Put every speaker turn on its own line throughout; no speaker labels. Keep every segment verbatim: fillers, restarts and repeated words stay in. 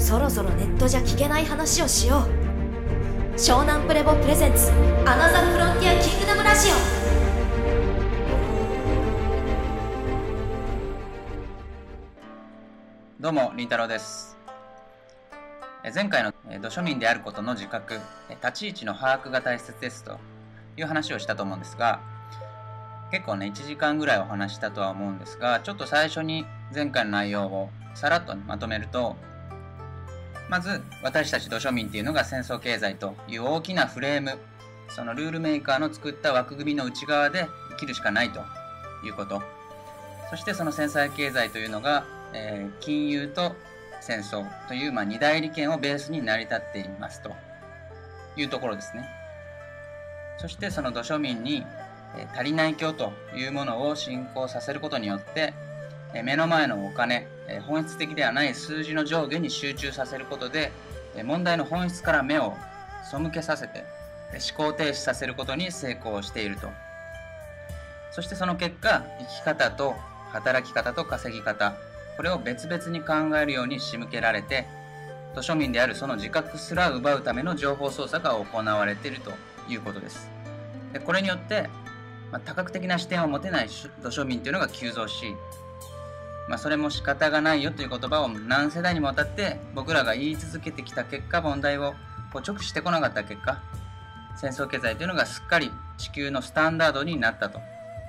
そろそろネットじゃ聞けない話をしよう。湘南プレボプレゼンツアナザーフロンティアキングダムラジオ。
どうもりんたろーです。前回の土庶民であることの自覚、立ち位置の把握が大切ですという話をしたと思うんですが、結構ねいちじかんぐらいお話したとは思うんですが、ちょっと最初に前回の内容をさらっとまとめると、まず私たち土庶民っていうのが戦争経済という大きなフレーム、そのルールメーカーの作った枠組みの内側で生きるしかないということ、そしてその戦争経済というのが、えー、金融と戦争という、まあ、二大利権をベースに成り立っていますというところですね。そしてその土庶民に、えー、足りない教というものを進行させることによって、えー、目の前のお金、えー、本質的ではない数字の上下に集中させることで、えー、問題の本質から目を背けさせて、えー、思考停止させることに成功していると。そしてその結果、生き方と働き方と稼ぎ方、これを別々に考えるように仕向けられて、土庶民であるその自覚すら奪うための情報操作が行われているということです。でこれによって、まあ、多角的な視点を持てない土庶民というのが急増し、まあ、それも仕方がないよという言葉を何世代にもわたって僕らが言い続けてきた結果、問題をこう直視してこなかった結果、戦争経済というのがすっかり地球のスタンダードになったと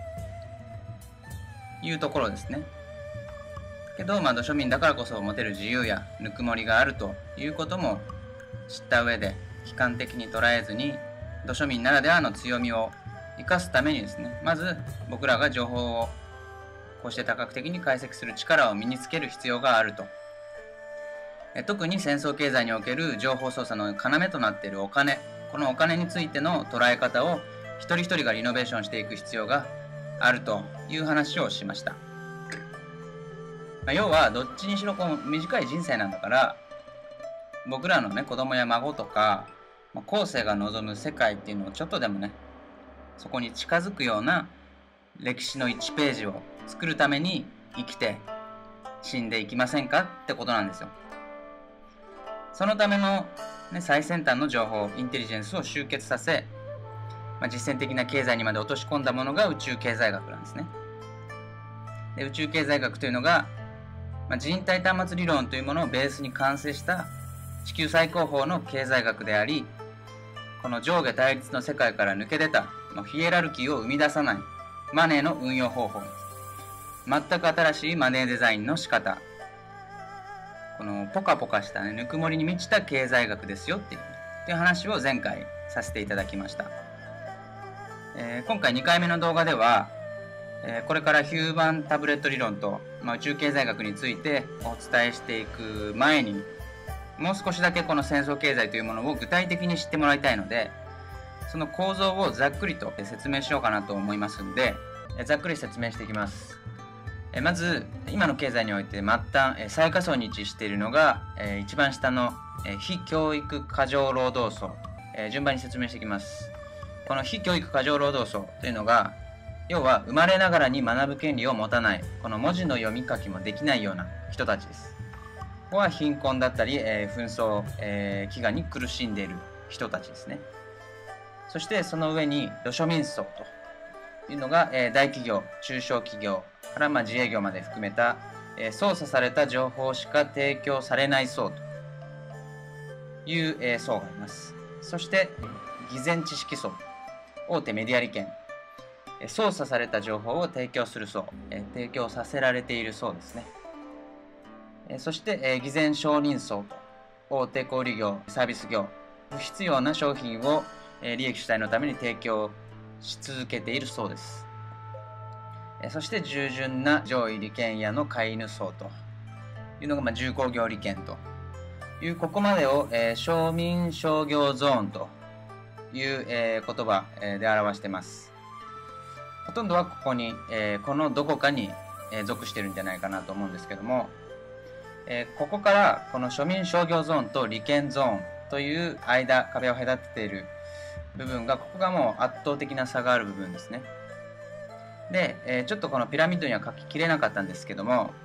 いうところですね。けど、まあ、土庶民だからこそ持てる自由やぬくもりがあるということも知った上で、悲観的に捉えずに土庶民ならではの強みを生かすためにですね、まず僕らが情報をこうして多角的に解析する力を身につける必要があると。特に戦争経済における情報操作の要となっているお金、このお金についての捉え方を一人一人がリノベーションしていく必要があるという話をしました。まあ、要はどっちにしろこう短い人生なんだから、僕らのね子供や孫とか、まあ、後世が望む世界っていうのをちょっとでもねそこに近づくような歴史のいちページを作るために生きて死んでいきませんかってことなんですよ。そのための、ね、最先端の情報インテリジェンスを集結させ、まあ、実践的な経済にまで落とし込んだものが宇宙経済学なんですね。で宇宙経済学というのが、まあ、人体端末理論というものをベースに完成した地球最高峰の経済学であり、この上下対立の世界から抜け出た、まあ、ヒエラルキーを生み出さないマネーの運用方法、全く新しいマネーデザインの仕方、このポカポカした、ね、ぬくもりに満ちた経済学ですよっていう、っていう話を前回させていただきました。えー、今回にかいめの動画では、えー、これからヒューマンタブレット理論と、まあ、宇宙経済学についてお伝えしていく前に、もう少しだけこの戦争経済というものを具体的に知ってもらいたいので、その構造をざっくりと説明しようかなと思いますので、ざっくり説明していきます。まず今の経済において末端最下層に位置しているのが一番下の非教育過剰労働層。順番に説明していきます。この非教育過剰労働層というのが、要は生まれながらに学ぶ権利を持たない、この文字の読み書きもできないような人たちです。ここは貧困だったり、えー、紛争、えー、飢餓に苦しんでいる人たちですね。そしてその上に土庶民層というのが、えー、大企業、中小企業からまあ自営業まで含めた、えー、操作された情報しか提供されない層という、えー、層があります。そして偽善知識層、大手メディア利権、操作された情報を提供する層、えー、提供させられている層ですね。えー、そして、えー、偽善承認層と、大手小売業、サービス業、不必要な商品を、えー、利益主体のために提供し続けている層です。えー、そして従順な上位利権屋の飼い犬層というのが、まあ、重工業利権という、ここまでを、えー、商民商業ゾーンという、えー、言葉、えー、で表しています。ほとんどはここに、えー、このどこかに、えー、属してるんじゃないかなと思うんですけども、えー、ここからこの庶民商業ゾーンと利権ゾーンという間、壁を隔てている部分が、ここがもう圧倒的な差がある部分ですね。で、えー、ちょっとこのピラミッドには書ききれなかったんですけども、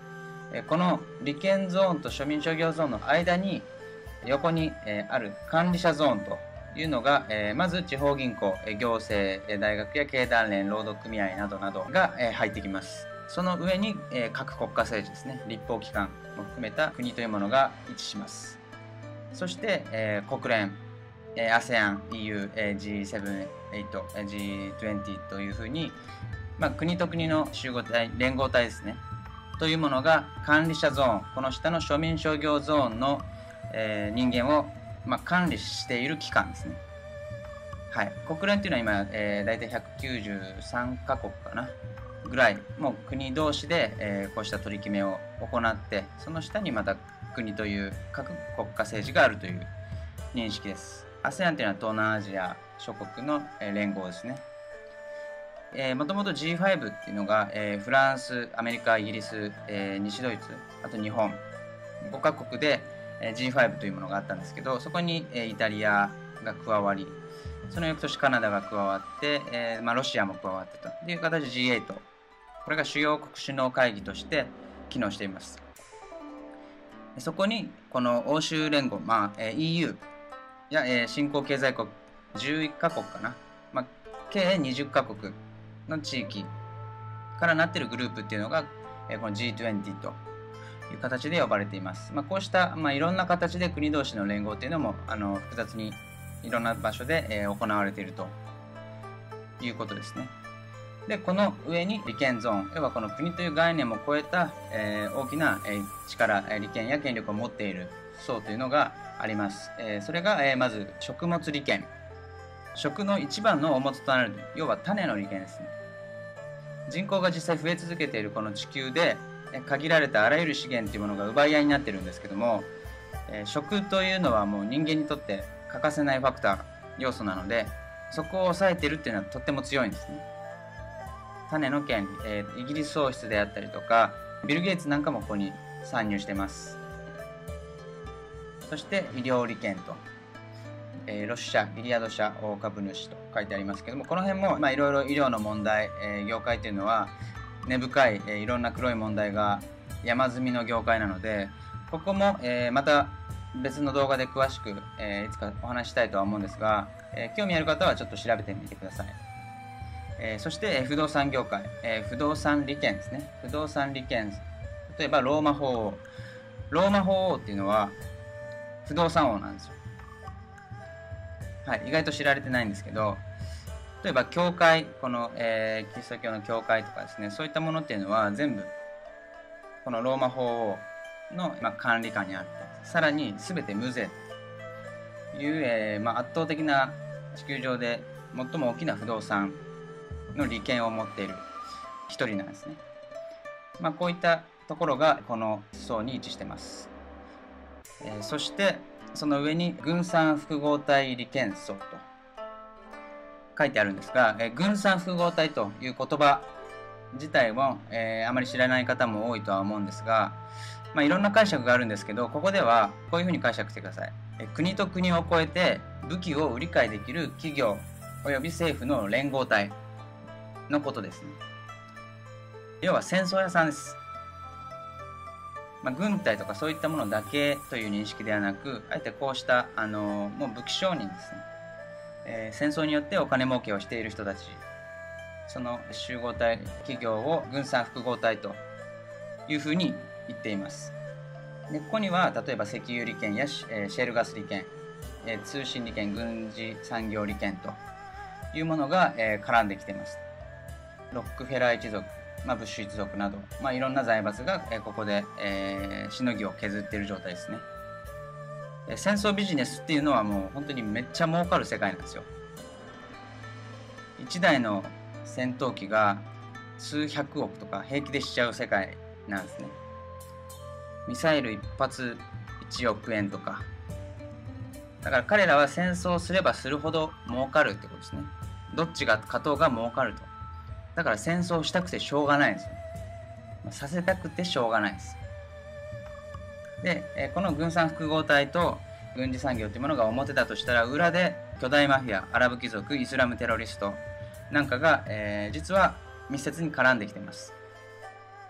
えこの利権ゾーンと庶民商業ゾーンの間に横に、えある管理者ゾーンというのが、えまず地方銀行、え行政、え大学や経団連、労働組合などなどが、え入ってきます。その上に、え各国家政治ですね、立法機関も含めた国というものが位置します。そして、え国連、え アセアン、イーユー、え ジーセブン、エイト、ジートゥエンティ というふうに、まあ、国と国の集合体、連合体ですね、というものが管理者ゾーン、この下の庶民商業ゾーンの、えー、人間を、まあ、管理している機関ですね。はい、国連というのは今、えー、大体ひゃくきゅうじゅうさんカ国かなぐらい、もう国同士で、えー、こうした取り決めを行って、その下にまた国という各国家政治があるという認識です。アセアン というのは東南アジア諸国の、えー、連合ですね。えー、もともと ジーファイブ っていうのが、えー、フランス、アメリカ、イギリス、えー、西ドイツ、あと日本、ごカ国で、えー、ジーファイブ というものがあったんですけど、そこに、えー、イタリアが加わり、その翌年カナダが加わって、えーまあ、ロシアも加わってという形で ジーエイト、これが主要国首脳会議として機能しています。そこにこの欧州連合、まあ、イーユーや、えー、新興経済国じゅういっカ国かな、まあ、計にじゅっカ国の地域からなっているグループっていうのが、えー、この ジートゥエンティ という形で呼ばれています。まあ、こうした、まあ、いろんな形で国同士の連合っていうのもあの複雑にいろんな場所で、えー、行われているということですね。で、この上に利権ゾーン、要はこの国という概念も超えた、えー、大きな、えー、力、利権や権力を持っている層というのがあります。えー、それが、えー、まず食物利権。食の一番の大元となる、要は種の利権ですね。人口が実際増え続けているこの地球で、限られたあらゆる資源というものが奪い合いになっているんですけども、えー、食というのはもう人間にとって欠かせないファクター、要素なので、そこを抑えているっていうのはとっても強いんですね。種の権利、えー、イギリス王室であったりとか、ビル・ゲイツなんかもここに参入してます。そして医療利権と、えー、ロシ社、ギリアド社大株主と書いてありますけども、この辺もいろいろ医療の問題、えー、業界というのは根深い、えー、いろんな黒い問題が山積みの業界なので、ここも、えー、また別の動画で詳しく、えー、いつかお話したいとは思うんですが、えー、興味ある方はちょっと調べてみてください。えー、そして、えー、不動産業界、えー、不動産利権ですね。不動産利権、例えばローマ法王。ローマ法王っていうのは不動産王なんですよ。はい、意外と知られてないんですけど、例えば教会、この、えー、キリスト教の教会とかですね、そういったものっていうのは全部このローマ法王の、まあ、管理下にあって、さらに全て無税という、えーまあ、圧倒的な地球上で最も大きな不動産の利権を持っている一人なんですね。まあ、こういったところがこの層に位置しています。えー、そしてその上に軍産複合体利権層と書いてあるんですが、えー、軍産複合体という言葉自体も、えー、あまり知らない方も多いとは思うんですが、まあ、いろんな解釈があるんですけど、ここではこういうふうに解釈してください。えー、国と国を越えて武器を売り買いできる企業および政府の連合体のことですね。要は戦争屋さんです。まあ、軍隊とかそういったものだけという認識ではなく、あえてこうしたあのもう武器商人ですね、えー、戦争によってお金儲けをしている人たち、その集合体企業を軍産複合体というふうに言っています。でここには例えば石油利権やシェールガス利権、えー、通信利権、軍事産業利権というものが、えー、絡んできています。ロックフェラー一族、まあ、ブッシュ一族など、まあ、いろんな財閥が、えー、ここで、えー、しのぎを削っている状態ですね。えー、戦争ビジネスっていうのはもう本当にめっちゃ儲かる世界なんですよ。いちだいの戦闘機が数百億とか平気でしちゃう世界なんですね。ミサイルいっ発いちおくえんとか。だから彼らは戦争すればするほど儲かるってことですね。どっちが勝とうが儲かると。だから戦争したくてしょうがないんですよ。させたくてしょうがないです。で、この軍産複合体と軍事産業というものが表だとしたら、裏で巨大マフィア、アラブ貴族、イスラムテロリストなんかが、えー、実は密接に絡んできています。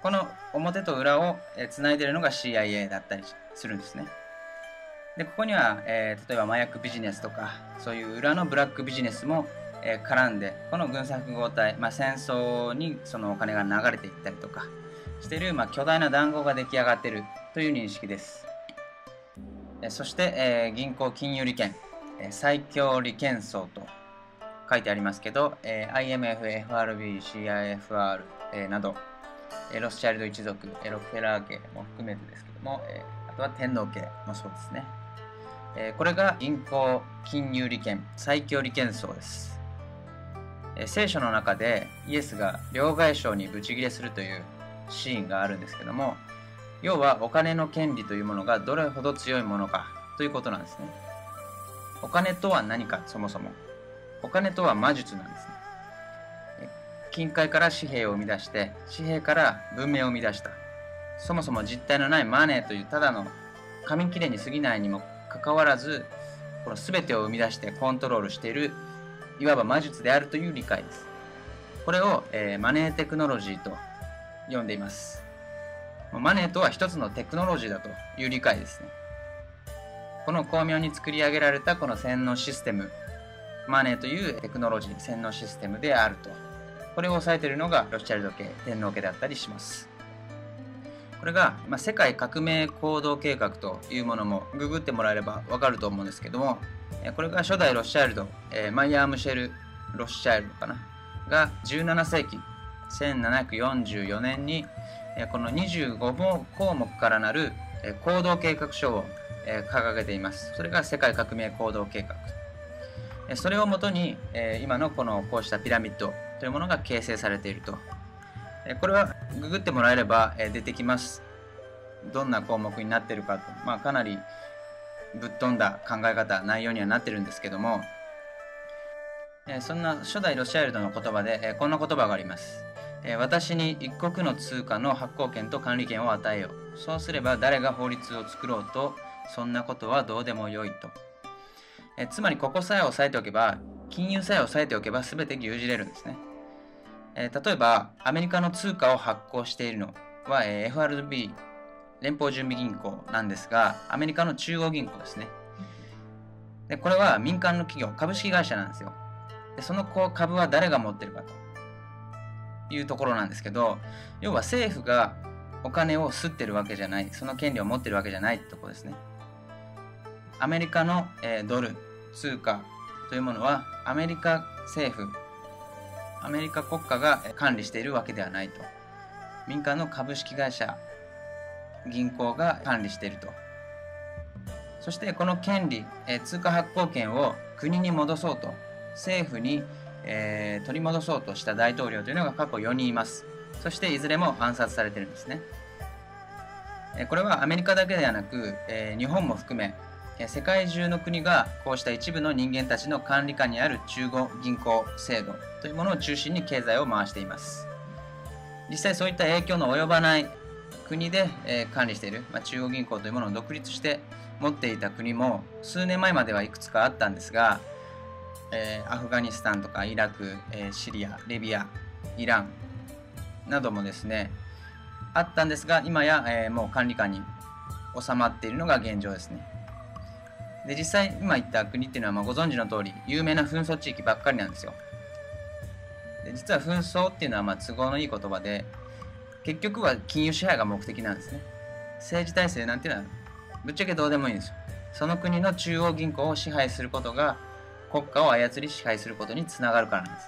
この表と裏をつないでいるのが シーアイエー だったりするんですね。でここには、えー、例えば麻薬ビジネスとかそういう裏のブラックビジネスも、えー、絡んで、この軍産複合体、まあ、戦争にそのお金が流れていったりとかしている、まあ、巨大な談合が出来上がっているという認識です。えー、そして、えー、銀行金融利権、えー、最強利権層と書いてありますけど、えー、アイエムエフ、エフアールビー、シーアイエフアール、えー、など、えー、ロスチャイルド一族、えー、ロックフェラー家も含めてですけども、えー、あとは天皇家もそうですね。えー、これが銀行金融利権最強利権層です。えー、聖書の中でイエスが両替商にブチギレするというシーンがあるんですけども、要はお金の権利というものがどれほど強いものかということなんですね。お金とは何か、そもそもお金とは魔術なんですね。金塊から紙幣を生み出して、紙幣から文明を生み出した。そもそも実体のないマネーというただの紙切れに過ぎないにもかかわらず、この全てを生み出してコントロールしている、いわば魔術であるという理解です。これを、えー、マネーテクノロジーと呼んでいます。マネーとは一つのテクノロジーだという理解ですね。この巧妙に作り上げられたこの洗脳システム、マネーというテクノロジー、洗脳システムであると。これを抑えているのがロスチャイルド家、天皇家であったりします。これが、まあ、世界革命行動計画というものもググってもらえればわかると思うんですけども、これが初代ロスチャイルド、えー、マイヤー・ムシェル・ロスチャイルドかながじゅうななせいきせんななひゃくよんじゅうよねんにこのにじゅうごこうもくからなる行動計画書を掲げています。それが世界革命行動計画。それをもとに今のこのこうしたピラミッドというものが形成されていると。これはググってもらえれば出てきます。どんな項目になっているかと、まあ、かなりぶっ飛んだ考え方、内容にはなってるんですけども、そんな初代ロシアイルドの言葉でこんな言葉があります。私に一国の通貨の発行権と管理権を与えよう。そうすれば誰が法律を作ろうと、そんなことはどうでもよいと。えつまりここさえ押さえておけば、金融さえ押さえておけば全て牛耳れるんですね。えー、例えばアメリカの通貨を発行しているのは、えー、エフアールビー 連邦準備銀行なんですが、アメリカの中央銀行ですね。でこれは民間の企業、株式会社なんですよ。でその株は誰が持ってるかというところなんですけど、要は政府がお金を吸ってるわけじゃない、その権利を持ってるわけじゃないってところですね。アメリカの、えー、ドル通貨というものはアメリカ政府、アメリカ国家が管理しているわけではないと。民間の株式会社、銀行が管理していると。そしてこの権利、え通貨発行権を国に戻そうと、政府に、えー、取り戻そうとした大統領というのが過去よにんいます。そしていずれも暗殺されているんですね。えこれはアメリカだけではなく、えー、日本も含め、世界中の国がこうした一部の人間たちの管理下にある中央銀行制度というものを中心に経済を回しています。実際そういった影響の及ばない国で、えー、管理している、まあ、中央銀行というものを独立して持っていた国も数年前まではいくつかあったんですが、えー、アフガニスタンとかイラク、えー、シリア、リビア、イランなどもですねあったんですが、今や、えー、もう管理下に収まっているのが現状ですね。で実際今言った国っていうのはまあご存知の通り有名な紛争地域ばっかりなんですよ。で実は紛争っていうのはまあ都合のいい言葉で、結局は金融支配が目的なんですね。政治体制なんていうのはぶっちゃけどうでもいいんですよ。その国の中央銀行を支配することが国家を操り支配することにつながるからなんです。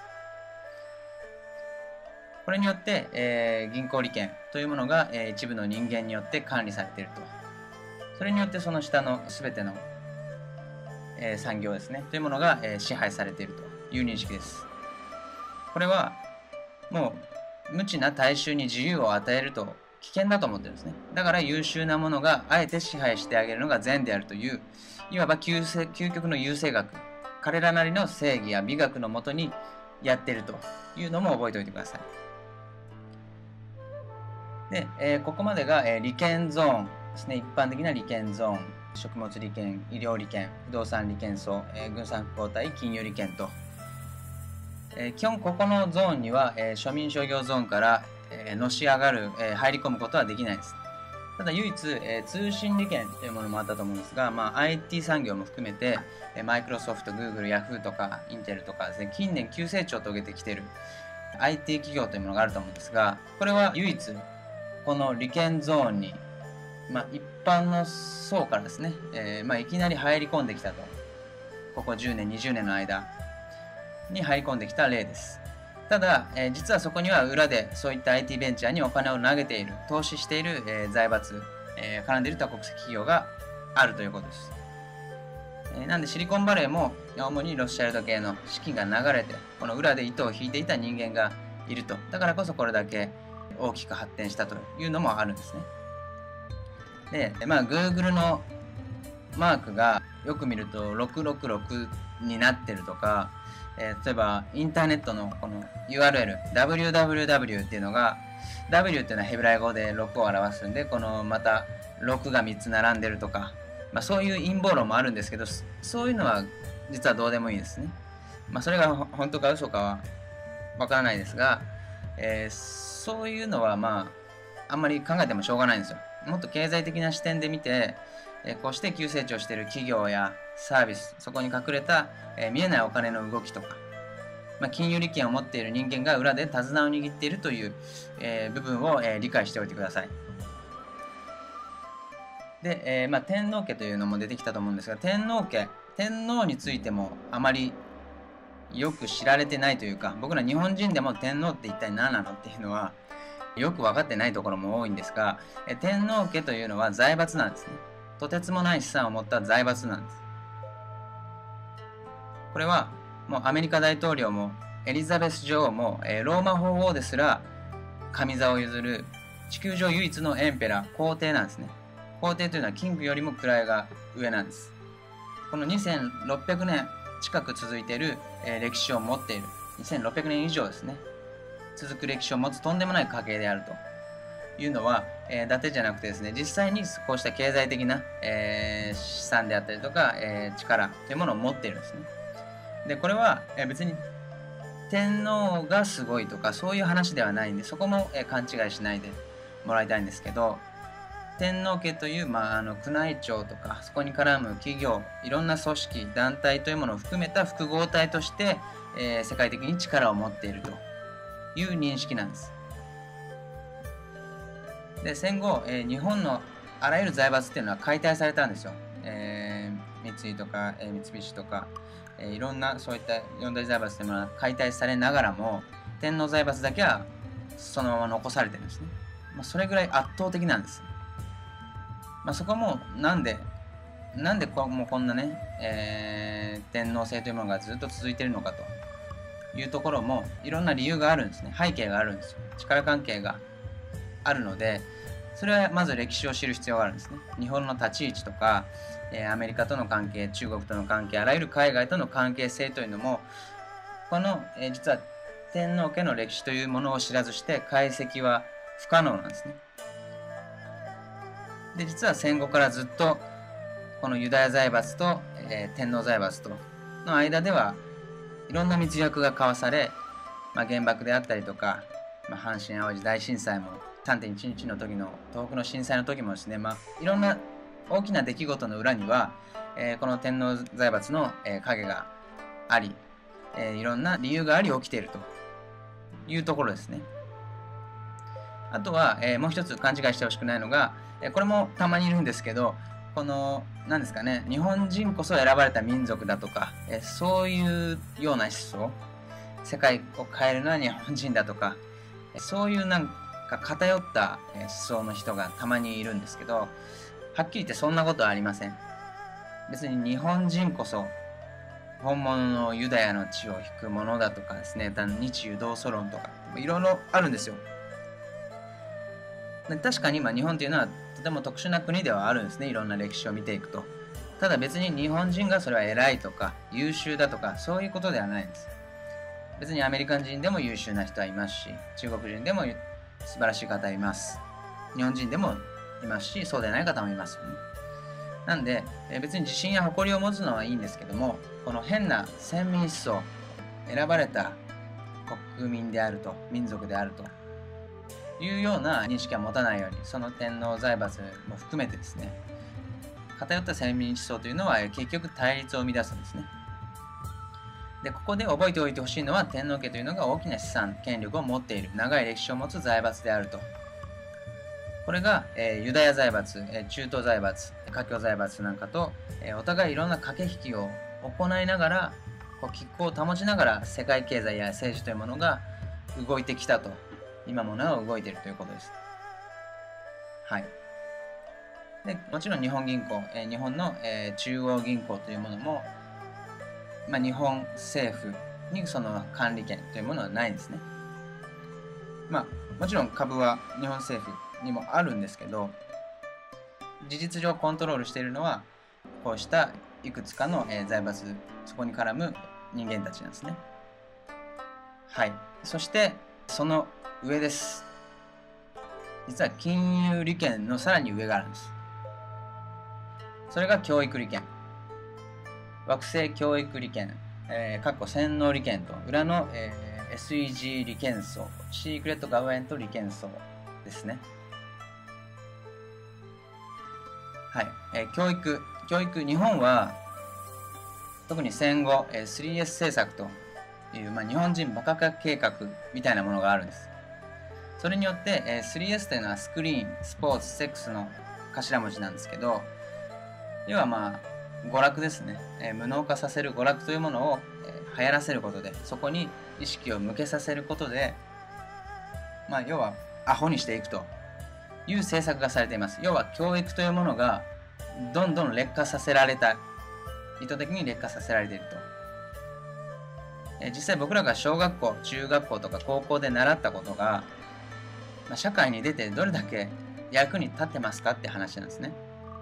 これによって、えー、銀行利権というものが、えー、一部の人間によって管理されていると。それによってその下の全てのえー、産業ですねというものが、えー、支配されているという認識です。これはもう無知な大衆に自由を与えると危険だと思ってるんですね。だから優秀なものがあえて支配してあげるのが善であるという、いわば 究, 究極の優生学、彼らなりの正義や美学のもとにやっているというのも覚えておいてください。で、えー、ここまでが、えー、利権ゾーンですね。一般的な利権ゾーン、食物利権、医療利権、不動産利権層、えー、軍産複合体、金融利権と、えー、基本ここのゾーンには、えー、庶民商業ゾーンから、 えー、のし上がる、えー、入り込むことはできないです。ただ唯一、えー、通信利権というものもあったと思うんですが、まあ、アイティー 産業も含めて、えー、マイクロソフト、グーグル、ヤフーとかインテルとかですね、近年急成長を遂げてきている アイティー 企業というものがあると思うんですが、これは唯一この利権ゾーンに、まあ、一般の層からですね、えーまあ、いきなり入り込んできたと。ここじゅうねん、にじゅうねんの間に入り込んできた例です。ただ、えー、実はそこには裏でそういった アイティー ベンチャーにお金を投げている、投資している、えー、財閥、えー、絡んでいる多国籍企業があるということです。えー、なんでシリコンバレーも主にロスチャルド系の資金が流れて、この裏で糸を引いていた人間がいると。だからこそこれだけ大きく発展したというのもあるんですね。で、まあ Google のマークがよく見るとろくろくろくになってるとか、えー、例えばインターネットのこの ユーアールエル ダブリューダブリューダブリュー っていうのが W っていうのはヘブライ語でろくを表すんで、このまたろくがみっつ並んでるとか、まあ、そういう陰謀論もあるんですけど、そういうのは実はどうでもいいですね。まあ、それが本当か嘘かはわからないですが、えー、そういうのはまああんまり考えてもしょうがないんですよ。もっと経済的な視点で見て、えこうして急成長している企業やサービス、そこに隠れた、えー、見えないお金の動きとか、まあ、金融利権を持っている人間が裏で手綱を握っているという、えー、部分を、えー、理解しておいてください。で、えーまあ、天皇家というのも出てきたと思うんですが、天皇家、天皇についてもあまりよく知られてないというか、僕ら日本人でも天皇って一体何なのっていうのはよく分かってないところも多いんですが、え天皇家というのは財閥なんですね。とてつもない資産を持った財閥なんです。これはもうアメリカ大統領もエリザベス女王も、えー、ローマ法王ですら上座を譲る地球上唯一のエンペラー、皇帝なんですね。皇帝というのはキングよりも位が上なんです。このにせんろっぴゃくねん近く続いている、えー、歴史を持っている、にせんろっぴゃくねん以上ですね、続く歴史を持つとんでもない家系であるというのは、えー、伊達じゃなくてですね、実際にこうした経済的な、えー、資産であったりとか、えー、力というものを持っているんですね。で、これは、えー、別に天皇がすごいとかそういう話ではないんで、そこも、えー、勘違いしないでもらいたいんですけど、天皇家という、まあ、あの宮内庁とかそこに絡む企業、いろんな組織団体というものを含めた複合体として、えー、世界的に力を持っているという認識なんです。で、戦後、えー、日本のあらゆる財閥っていうのは解体されたんですよ。えー、三井とか、えー、三菱とか、えー、いろんなそういった四大財閥っていうものは解体されながらも、天皇財閥だけはそのまま残されてるんですね。まあ、それぐらい圧倒的なんです。まあ、そこもなんでなんでこもうこんなね、えー、天皇制というものがずっと続いているのかというところもいろんな理由があるんですね。背景があるんですよ。力関係があるので、それはまず歴史を知る必要があるんですね。日本の立ち位置とか、えー、アメリカとの関係、中国との関係、あらゆる海外との関係性というのも、この、えー、実は天皇家の歴史というものを知らずして解析は不可能なんですね。で、実は戦後からずっとこのユダヤ財閥と、えー、天皇財閥との間ではいろんな密約が交わされ、まあ、原爆であったりとか、まあ、阪神・淡路大震災も さんてんいちいちの時の東北の震災の時もですね、まあ、いろんな大きな出来事の裏には、えー、この天皇財閥の、えー、影があり、えー、いろんな理由があり起きているというところですね。あとは、えー、もう一つ勘違いしてほしくないのが、えー、これもたまにいるんですけど、この何ですかね、日本人こそ選ばれた民族だとか、えー、そういうような思想、世界を変えるのは日本人だとか、そういうなんか偏った思想の人がたまにいるんですけど、はっきり言ってそんなことはありません。別に日本人こそ本物のユダヤの血を引くものだとかですね、日ユ同祖論とかいろいろあるんですよ。確かに今日本というのはとても特殊な国ではあるんですね。いろんな歴史を見ていくと。ただ別に日本人がそれは偉いとか優秀だとかそういうことではないんです。別にアメリカ人でも優秀な人はいますし、中国人でも素晴らしい方います。日本人でもいますし、そうでない方もいますよね。なんで別に自信や誇りを持つのはいいんですけども、この変な先民思想、選ばれた国民であると、民族であるというような認識は持たないように、その天皇財閥も含めてですね、偏った先民思想というのは結局対立を生み出すんですね。で、ここで覚えておいてほしいのは、天皇家というのが大きな資産、権力を持っている、長い歴史を持つ財閥であると。これが、えー、ユダヤ財閥、えー、中東財閥、華僑財閥なんかと、えー、お互いいろんな駆け引きを行いながら、こう拮抗を保ちながら世界経済や政治というものが動いてきたと。今もなお動いているということです。はい。で、もちろん日本銀行、えー、日本の、えー、中央銀行というものも、まあ、日本政府にその管理権というものはないんですね。まあ、もちろん株は日本政府にもあるんですけど、事実上コントロールしているのはこうしたいくつかの、えー、財閥、そこに絡む人間たちなんですね。はい。そしてその上です。実は金融利権のさらに上があるんです。それが教育利権。惑星教育利権、えー、かっこ洗脳利権と裏の、えー、エスイージー 利権層、シークレットガバメント利権層ですね。はい、えー、教育、教育、日本は特に戦後、えー、スリーエス 政策という、まあ、日本人バカ化計画みたいなものがあるんです。それによって、えー、スリーエス というのはスクリーン、スポーツ、セックスの頭文字なんですけど、要はまあ娯楽ですね、えー、無能化させる娯楽というものを、えー、流行らせることで、そこに意識を向けさせることで、まあ、要はアホにしていくという政策がされています。要は教育というものがどんどん劣化させられた、意図的に劣化させられていると。えー、実際僕らが小学校、中学校とか高校で習ったことが、まあ、社会に出てどれだけ役に立ってますかって話なんですね。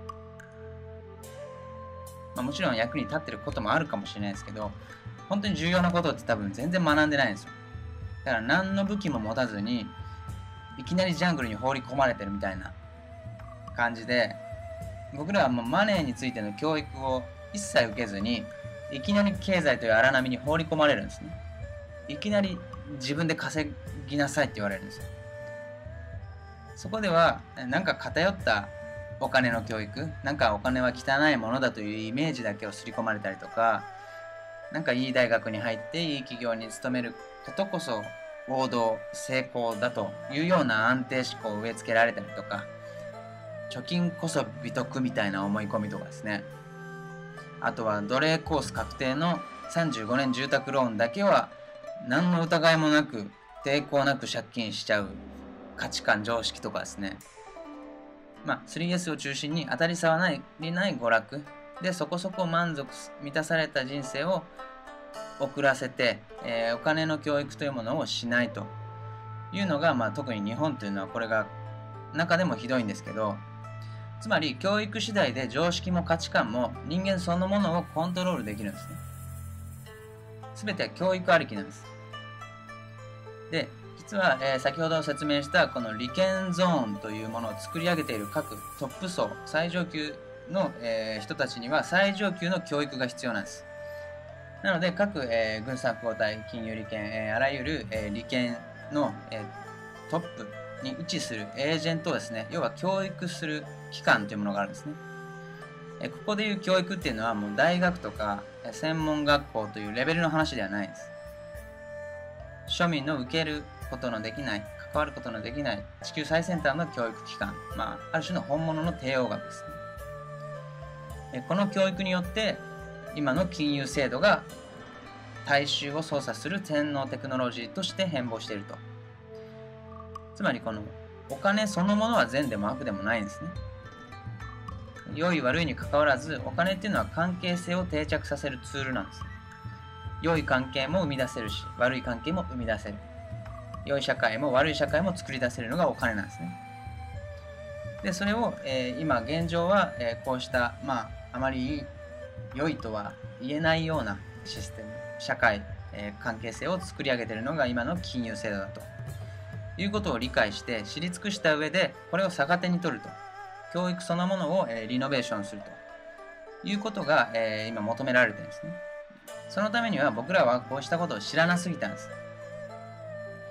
まあ、もちろん役に立ってることもあるかもしれないですけど、本当に重要なことって多分全然学んでないんですよ。だから何の武器も持たずにいきなりジャングルに放り込まれてるみたいな感じで、僕らはもうマネーについての教育を一切受けずにいきなり経済という荒波に放り込まれるんですね。いきなり自分で稼ぎなさいって言われるんですよ。そこではなんか偏ったお金の教育、なんかお金は汚いものだというイメージだけを刷り込まれたりとか、なんかいい大学に入っていい企業に勤めることこそ王道、成功だというような安定志向を植え付けられたりとか、貯金こそ美徳みたいな思い込みとかですね。あとは奴隷コース確定のさんじゅうごねん住宅ローンだけは何の疑いもなく抵抗なく借金しちゃう価値観、常識とかですね。まあ スリーエス を中心に当たり障りない娯楽でそこそこ満足満たされた人生を送らせて、えー、お金の教育というものをしないというのが、まあ、特に日本というのはこれが中でもひどいんですけど、つまり教育次第で常識も価値観も人間そのものをコントロールできるんですね。全ては教育ありきなんです。で、実は、えー、先ほど説明したこの利権ゾーンというものを作り上げている各トップ層、最上級の、えー、人たちには最上級の教育が必要なんです。なので各、えー、軍産複合体、金融利権、えー、あらゆる、えー、利権の、えー、トップに位置するエージェントをですね、要は教育する機関というものがあるんですね。えー、ここでいう教育っていうのはもう大学とか専門学校というレベルの話ではないです。庶民の受けることのできない、関わることのできない地球最先端の教育機関、まあ、ある種の本物の帝王学ですね。えー、この教育によって今の金融制度が大衆を操作する洗脳テクノロジーとして変貌していると。つまりこのお金そのものは善でも悪でもないんですね。良い悪いに関わらずお金っていうのは関係性を定着させるツールなんです。良い関係も生み出せるし、悪い関係も生み出せる。良い社会も悪い社会も作り出せるのがお金なんですね。で、それを、えー、今現状は、えー、こうしたまああまり良いとは言えないようなシステム、社会、えー、関係性を作り上げているのが今の金融制度だということを理解して知り尽くした上でこれを逆手に取ると、教育そのものを、えー、リノベーションするということが、えー、今求められているんですね。そのためには僕らはこうしたことを知らなすぎたんです。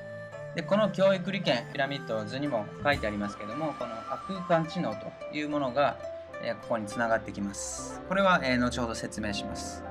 でこの教育利権ピラミッド図にも書いてありますけども、この空間知能というものが、えーここにつながってきます。これは、えー後ほど説明します。